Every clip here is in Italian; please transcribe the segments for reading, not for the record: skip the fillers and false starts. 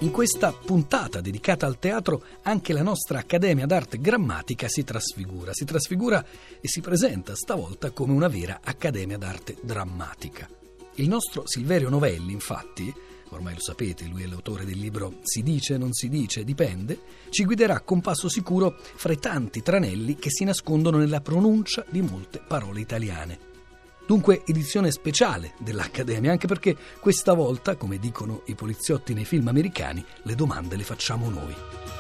In questa puntata dedicata al teatro anche la nostra Accademia d'Arte Grammatica si trasfigura e si presenta stavolta come una vera Accademia d'Arte Drammatica. Il nostro Silverio Novelli, infatti, ormai lo sapete, lui è l'autore del libro Si dice, non si dice, dipende, ci guiderà con passo sicuro fra i tanti tranelli che si nascondono nella pronuncia di molte parole italiane. Dunque edizione speciale dell'Accademia, anche perché questa volta, come dicono i poliziotti nei film americani, le domande le facciamo noi.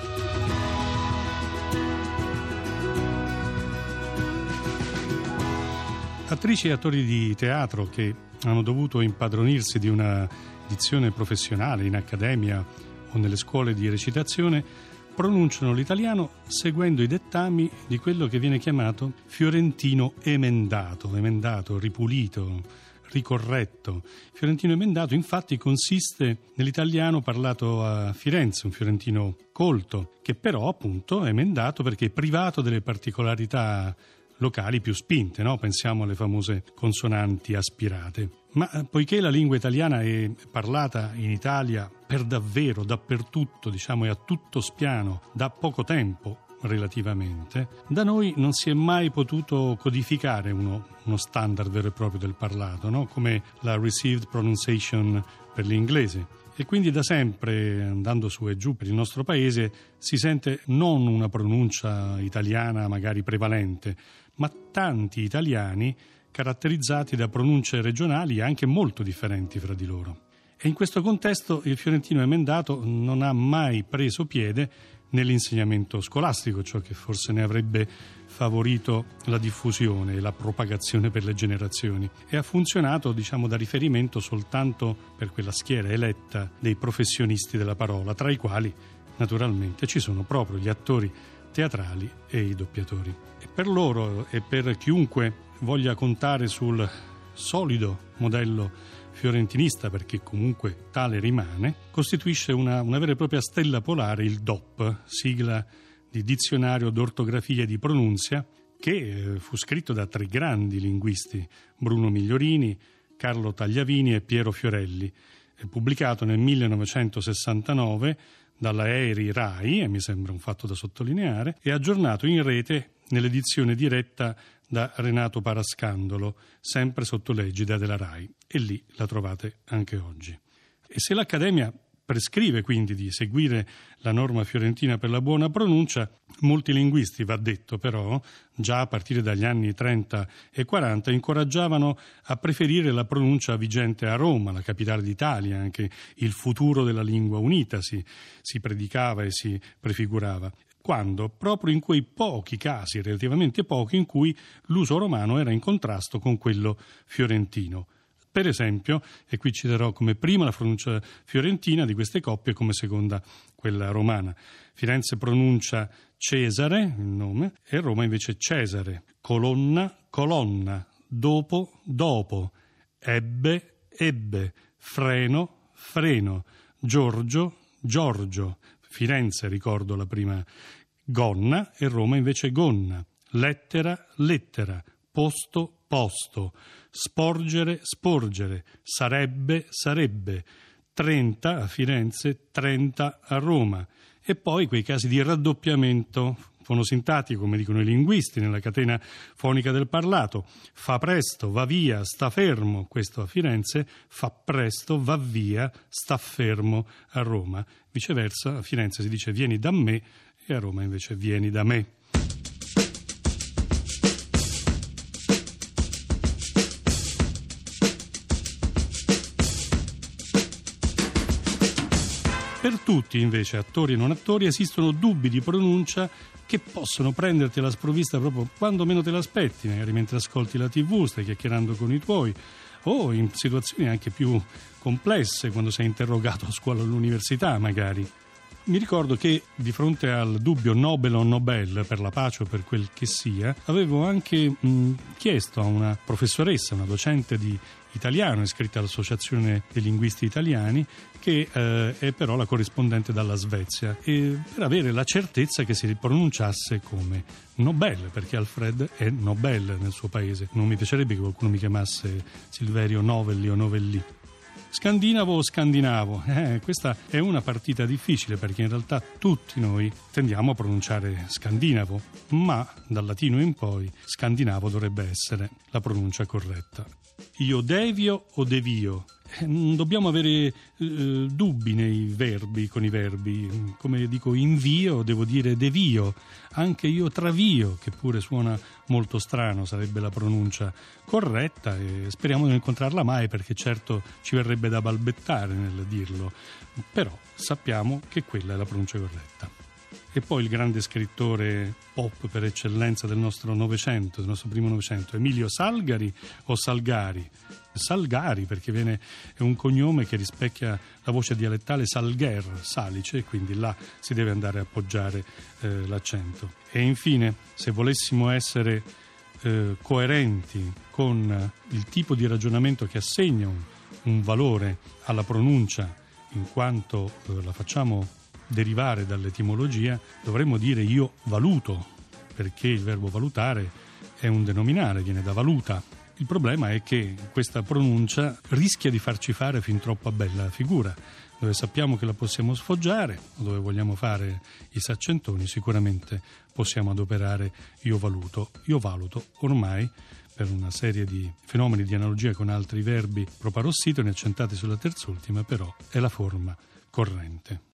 Attrici e attori di teatro che hanno dovuto impadronirsi di una dizione professionale in accademia o nelle scuole di recitazione pronunciano l'italiano seguendo i dettami di quello che viene chiamato fiorentino emendato, ripulito, ricorretto. Fiorentino emendato infatti consiste nell'italiano parlato a Firenze, un fiorentino colto, che però appunto è emendato perché è privato delle particolarità locali più spinte, no? Pensiamo alle famose consonanti aspirate. Ma poiché la lingua italiana è parlata in Italia per davvero, dappertutto, e a tutto spiano, da poco tempo relativamente, da noi non si è mai potuto codificare uno standard vero e proprio del parlato, no? Come la received pronunciation per l'inglese. E quindi da sempre, andando su e giù per il nostro paese, si sente non una pronuncia italiana magari prevalente, ma tanti italiani caratterizzati da pronunce regionali anche molto differenti fra di loro. E in questo contesto il fiorentino emendato non ha mai preso piede nell'insegnamento scolastico, ciò che forse ne avrebbe favorito la diffusione e la propagazione per le generazioni, e ha funzionato da riferimento soltanto per quella schiera eletta dei professionisti della parola, tra i quali naturalmente ci sono proprio gli attori teatrali e i doppiatori. E per loro e per chiunque voglia contare sul solido modello fiorentinista, perché comunque tale rimane, costituisce una vera e propria stella polare il DOP, sigla di Dizionario d'Ortografia e di Pronunzia, che fu scritto da tre grandi linguisti, Bruno Migliorini, Carlo Tagliavini e Piero Fiorelli, pubblicato nel 1969 dalla ERI RAI, e mi sembra un fatto da sottolineare, e aggiornato in rete nell'edizione diretta da Renato Parascandolo, sempre sotto l'egida della RAI, e lì la trovate anche oggi. E se l'Accademia prescrive quindi di seguire la norma fiorentina per la buona pronuncia, molti linguisti, va detto però, già a partire dagli anni 30 e 40, incoraggiavano a preferire la pronuncia vigente a Roma, la capitale d'Italia, anche il futuro della lingua unita si predicava e si prefigurava, quando proprio in quei pochi casi, relativamente pochi, in cui l'uso romano era in contrasto con quello fiorentino. Per esempio, e qui citerò come prima la pronuncia fiorentina di queste coppie, come seconda quella romana. Firenze pronuncia Cesare, il nome, e Roma invece Cesare. Colonna, colonna. Dopo, dopo. Ebbe, ebbe. Freno, freno. Giorgio, Giorgio. Firenze, ricordo la prima, gonna, e Roma invece gonna. Lettera, lettera. Posto, posto. Sporgere, sporgere. Sarebbe, sarebbe. 30 a Firenze, 30 a Roma. E poi quei casi di raddoppiamento fonosintattico, come dicono i linguisti, nella catena fonica del parlato. Fa presto, va via, sta fermo, questo a Firenze. Fa presto, va via, sta fermo a Roma. Viceversa, a Firenze si dice vieni da me e a Roma invece vieni da me. Per tutti, invece, attori e non attori, esistono dubbi di pronuncia che possono prenderti alla sprovvista proprio quando meno te l'aspetti, magari mentre ascolti la TV, stai chiacchierando con i tuoi, o in situazioni anche più complesse, quando sei interrogato a scuola o all'università, magari. Mi ricordo che di fronte al dubbio Nobel o Nobel per la pace o per quel che sia, avevo anche chiesto a una professoressa, una docente di italiano iscritta all'Associazione dei Linguisti Italiani, che è però la corrispondente dalla Svezia, e per avere la certezza che si pronunciasse come Nobel, perché Alfred è Nobel nel suo paese. Non mi piacerebbe che qualcuno mi chiamasse Silverio Novelli o Novelli. scandinavo o scandinavo? Questa è una partita difficile, perché in realtà tutti noi tendiamo a pronunciare scandinavo, ma dal latino in poi scandinavo dovrebbe essere la pronuncia corretta. Io devio o devio? Non dobbiamo avere dubbi con i verbi. Come dico invio, devo dire devio. Anche io travio, che pure suona molto strano, sarebbe la pronuncia corretta, e speriamo di non incontrarla mai, perché certo ci verrebbe da balbettare nel dirlo, però sappiamo che quella è la pronuncia corretta. E poi il grande scrittore pop per eccellenza del nostro Novecento, del nostro primo Novecento, Emilio Salgari o Salgari? Salgari, perché è un cognome che rispecchia la voce dialettale Salguer, Salice, e quindi là si deve andare a appoggiare l'accento. E infine, se volessimo essere coerenti con il tipo di ragionamento che assegna un valore alla pronuncia, in quanto la facciamo derivare dall'etimologia, dovremmo dire io valuto, perché il verbo valutare è un denominale, viene da valuta. Il problema è che questa pronuncia rischia di farci fare fin troppo bella figura. Dove sappiamo che la possiamo sfoggiare o dove vogliamo fare i saccentoni, sicuramente possiamo adoperare io valuto. Io valuto ormai, per una serie di fenomeni di analogia con altri verbi proparossitoni accentati sulla terz'ultima, però è la forma corrente.